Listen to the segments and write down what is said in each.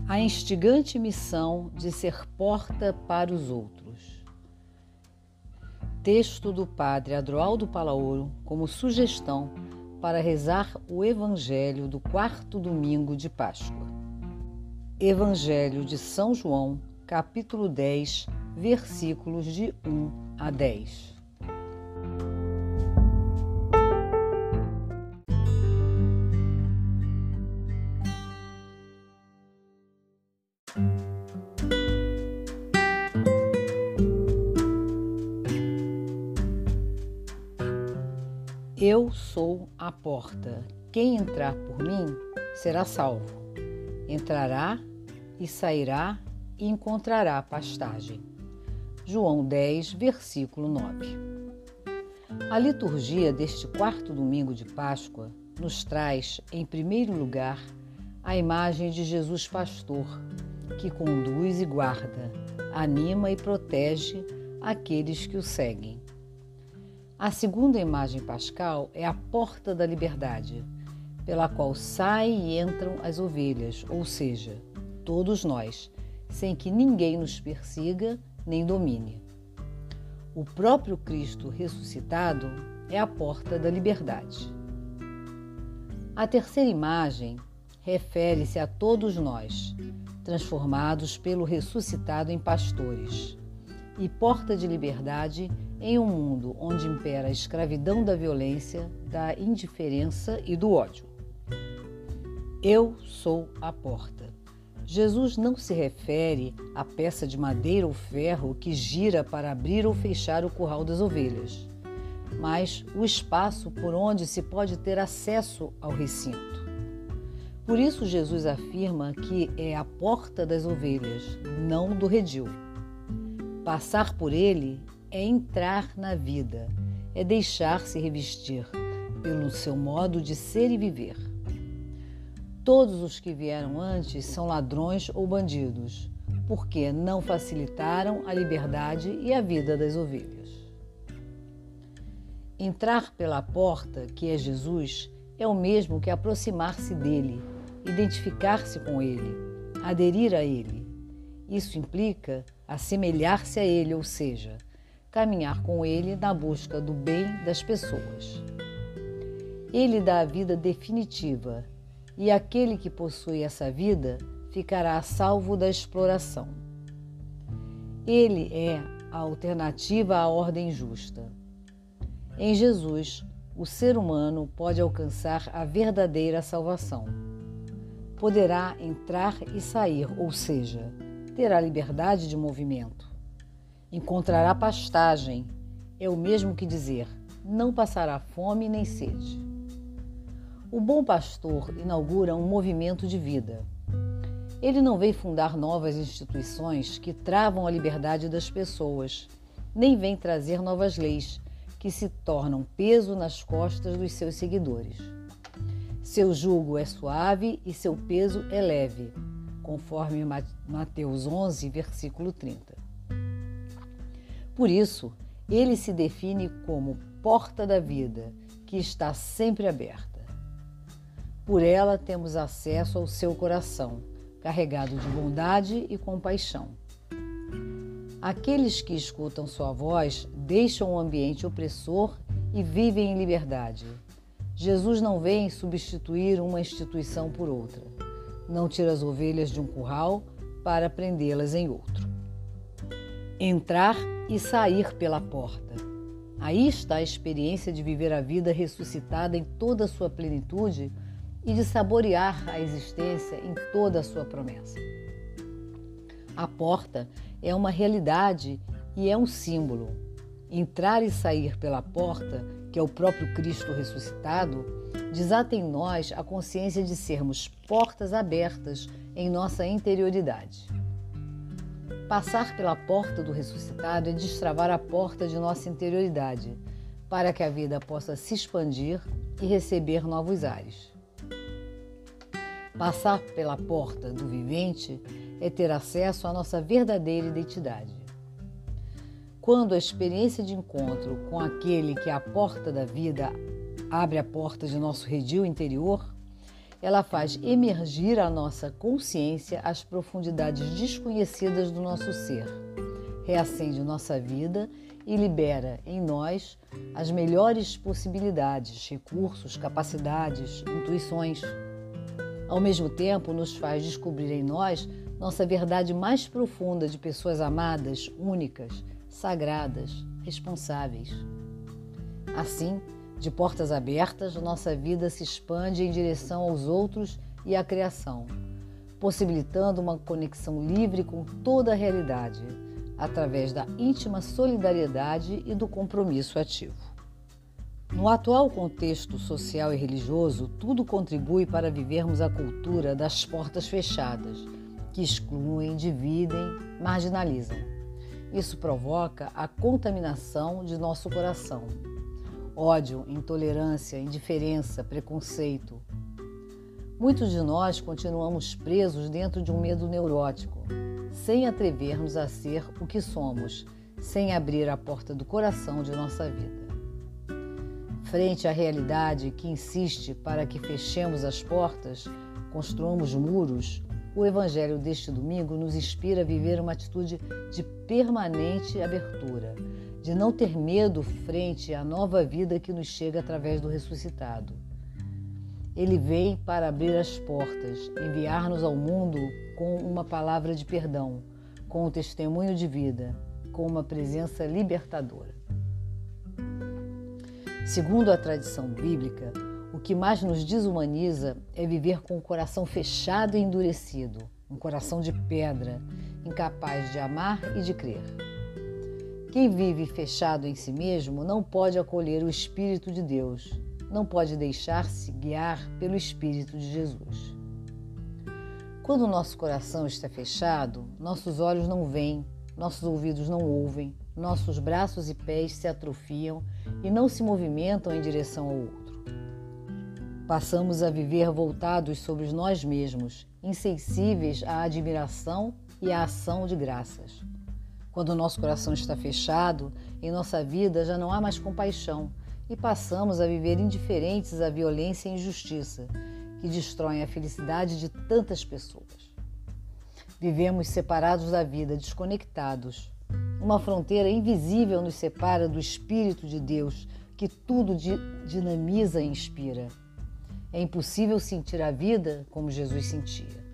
A instigante missão de ser porta para os outros. Texto do Padre Adroaldo Palaoro como sugestão para rezar o Evangelho do 4º domingo de Páscoa. Evangelho de São João, capítulo 10, versículos de 1 a 10. Eu sou a porta. Quem entrar por mim será salvo. Entrará e sairá e encontrará pastagem. João 10, versículo 9. A liturgia deste 4º domingo de Páscoa nos traz, em primeiro lugar, a imagem de Jesus pastor, que conduz e guarda, anima e protege aqueles que o seguem. A segunda imagem pascal é a porta da liberdade, pela qual saem e entram as ovelhas, ou seja, todos nós, sem que ninguém nos persiga nem domine. O próprio Cristo ressuscitado é a porta da liberdade. A terceira imagem refere-se a todos nós, transformados pelo ressuscitado em pastores, e porta de liberdade em um mundo onde impera a escravidão da violência, da indiferença e do ódio. Eu sou a porta. Jesus não se refere à peça de madeira ou ferro que gira para abrir ou fechar o curral das ovelhas, mas o espaço por onde se pode ter acesso ao recinto. Por isso Jesus afirma que é a porta das ovelhas, não do redil. Passar por ele é entrar na vida, é deixar-se revestir pelo seu modo de ser e viver. Todos os que vieram antes são ladrões ou bandidos, porque não facilitaram a liberdade e a vida das ovelhas. Entrar pela porta, que é Jesus, é o mesmo que aproximar-se dele, identificar-se com ele, aderir a ele. Isso implica assemelhar-se a ele, ou seja, caminhar com ele na busca do bem das pessoas. Ele dá a vida definitiva e aquele que possui essa vida ficará a salvo da exploração. Ele é a alternativa à ordem justa. Em Jesus, o ser humano pode alcançar a verdadeira salvação. Poderá entrar e sair, ou seja, terá liberdade de movimento. Encontrará pastagem, é o mesmo que dizer, não passará fome nem sede. O bom pastor inaugura um movimento de vida. Ele não vem fundar novas instituições que travam a liberdade das pessoas, nem vem trazer novas leis que se tornam peso nas costas dos seus seguidores. Seu jugo é suave e seu peso é leve, conforme Mateus 11, versículo 30. Por isso, ele se define como porta da vida, que está sempre aberta. Por ela temos acesso ao seu coração, carregado de bondade e compaixão. Aqueles que escutam sua voz deixam o ambiente opressor e vivem em liberdade. Jesus não vem substituir uma instituição por outra. Não tira as ovelhas de um curral para prendê-las em outro. Entrar e sair pela porta. Aí está a experiência de viver a vida ressuscitada em toda a sua plenitude e de saborear a existência em toda a sua promessa. A porta é uma realidade e é um símbolo. Entrar e sair pela porta, que é o próprio Cristo ressuscitado, desata em nós a consciência de sermos portas abertas em nossa interioridade. Passar pela porta do ressuscitado é destravar a porta de nossa interioridade, para que a vida possa se expandir e receber novos ares. Passar pela porta do vivente é ter acesso à nossa verdadeira identidade. Quando a experiência de encontro com aquele que é a porta da vida abre a porta de nosso redil interior, ela faz emergir à nossa consciência as profundidades desconhecidas do nosso ser, reacende nossa vida e libera em nós as melhores possibilidades, recursos, capacidades, intuições. Ao mesmo tempo, nos faz descobrir em nós nossa verdade mais profunda de pessoas amadas, únicas, sagradas, responsáveis. Assim, de portas abertas, nossa vida se expande em direção aos outros e à criação, possibilitando uma conexão livre com toda a realidade, através da íntima solidariedade e do compromisso ativo. No atual contexto social e religioso, tudo contribui para vivermos a cultura das portas fechadas, que excluem, dividem, marginalizam. Isso provoca a contaminação de nosso coração. Ódio, intolerância, indiferença, preconceito. Muitos de nós continuamos presos dentro de um medo neurótico, sem atrevermos a ser o que somos, sem abrir a porta do coração de nossa vida. Frente à realidade que insiste para que fechemos as portas, construamos muros, o Evangelho deste domingo nos inspira a viver uma atitude de permanente abertura, de não ter medo frente à nova vida que nos chega através do ressuscitado. Ele vem para abrir as portas, enviar-nos ao mundo com uma palavra de perdão, com um testemunho de vida, com uma presença libertadora. Segundo a tradição bíblica, o que mais nos desumaniza é viver com o coração fechado e endurecido, um coração de pedra, incapaz de amar e de crer. Quem vive fechado em si mesmo não pode acolher o Espírito de Deus, não pode deixar-se guiar pelo Espírito de Jesus. Quando o nosso coração está fechado, nossos olhos não veem, nossos ouvidos não ouvem, nossos braços e pés se atrofiam e não se movimentam em direção ao outro. Passamos a viver voltados sobre nós mesmos, insensíveis à admiração e à ação de graças. Quando o nosso coração está fechado, em nossa vida já não há mais compaixão e passamos a viver indiferentes à violência e injustiça, que destroem a felicidade de tantas pessoas. Vivemos separados da vida, desconectados. Uma fronteira invisível nos separa do Espírito de Deus, que tudo dinamiza e inspira. É impossível sentir a vida como Jesus sentia.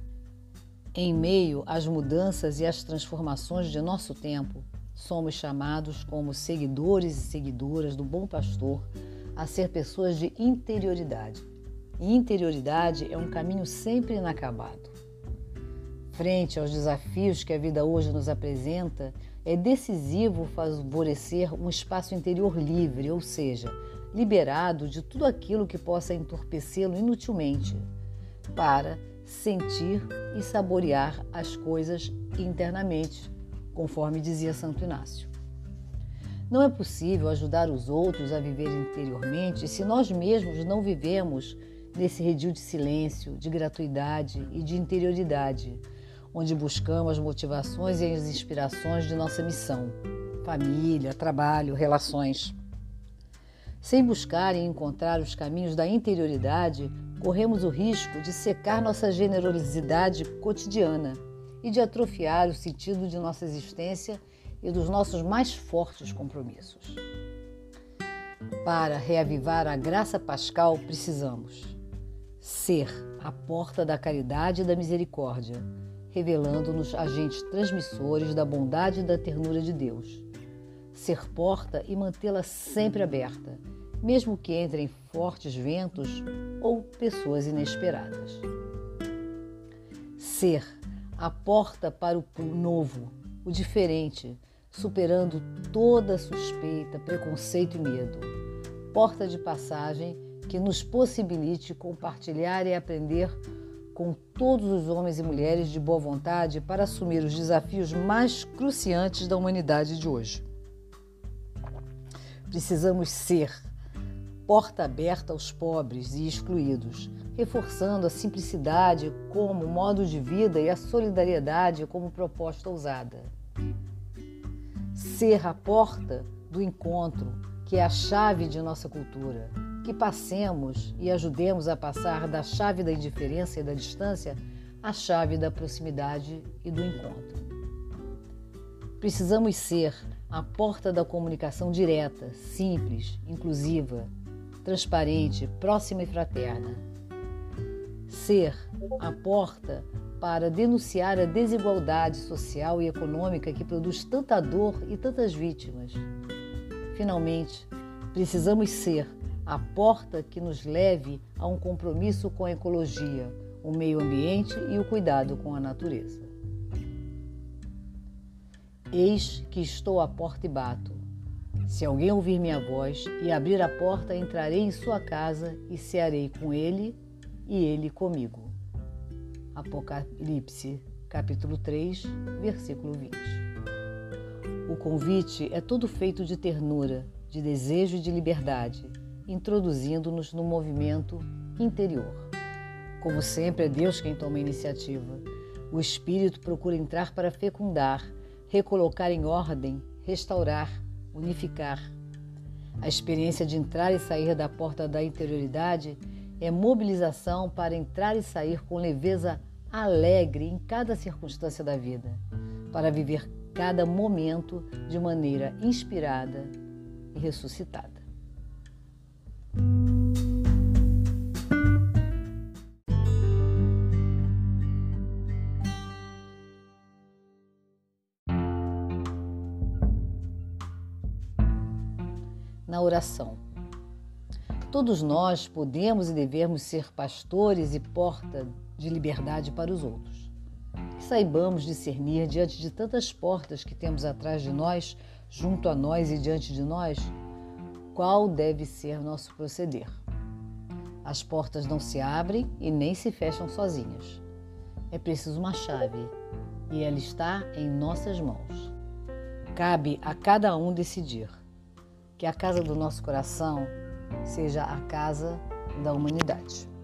Em meio às mudanças e às transformações de nosso tempo, somos chamados como seguidores e seguidoras do Bom Pastor a ser pessoas de interioridade. E interioridade é um caminho sempre inacabado. Frente aos desafios que a vida hoje nos apresenta, é decisivo favorecer um espaço interior livre, ou seja, liberado de tudo aquilo que possa entorpecê-lo inutilmente, para sentir e saborear as coisas internamente, conforme dizia Santo Inácio. Não é possível ajudar os outros a viver interiormente se nós mesmos não vivemos nesse redil de silêncio, de gratuidade e de interioridade, onde buscamos as motivações e as inspirações de nossa missão, família, trabalho, relações. Sem buscar e encontrar os caminhos da interioridade, corremos o risco de secar nossa generosidade cotidiana e de atrofiar o sentido de nossa existência e dos nossos mais fortes compromissos. Para reavivar a graça pascal, precisamos ser a porta da caridade e da misericórdia, revelando-nos agentes transmissores da bondade e da ternura de Deus. Ser porta e mantê-la sempre aberta, mesmo que entrem fortes ventos ou pessoas inesperadas. Ser a porta para o novo, o diferente, superando toda suspeita, preconceito e medo. Porta de passagem que nos possibilite compartilhar e aprender com todos os homens e mulheres de boa vontade para assumir os desafios mais cruciantes da humanidade de hoje. Precisamos ser porta aberta aos pobres e excluídos, reforçando a simplicidade como modo de vida e a solidariedade como proposta ousada. Ser a porta do encontro, que é a chave de nossa cultura, que passemos e ajudemos a passar da chave da indiferença e da distância à chave da proximidade e do encontro. Precisamos ser a porta da comunicação direta, simples, inclusiva, transparente, próxima e fraterna. Ser a porta para denunciar a desigualdade social e econômica que produz tanta dor e tantas vítimas. Finalmente, precisamos ser a porta que nos leve a um compromisso com a ecologia, o meio ambiente e o cuidado com a natureza. Eis que estou à porta e bato. Se alguém ouvir minha voz e abrir a porta, entrarei em sua casa e cearei com ele e ele comigo. Apocalipse, capítulo 3, versículo 20. O convite é todo feito de ternura, de desejo e de liberdade, introduzindo-nos no movimento interior. Como sempre, é Deus quem toma a iniciativa. O Espírito procura entrar para fecundar, recolocar em ordem, restaurar, unificar. A experiência de entrar e sair da porta da interioridade é mobilização para entrar e sair com leveza alegre em cada circunstância da vida, para viver cada momento de maneira inspirada e ressuscitada. Na oração. Todos nós podemos e devemos ser pastores e porta de liberdade para os outros. Que saibamos discernir diante de tantas portas que temos atrás de nós, junto a nós e diante de nós, qual deve ser nosso proceder. As portas não se abrem e nem se fecham sozinhas. É preciso uma chave e ela está em nossas mãos. Cabe a cada um decidir. Que a casa do nosso coração seja a casa da humanidade.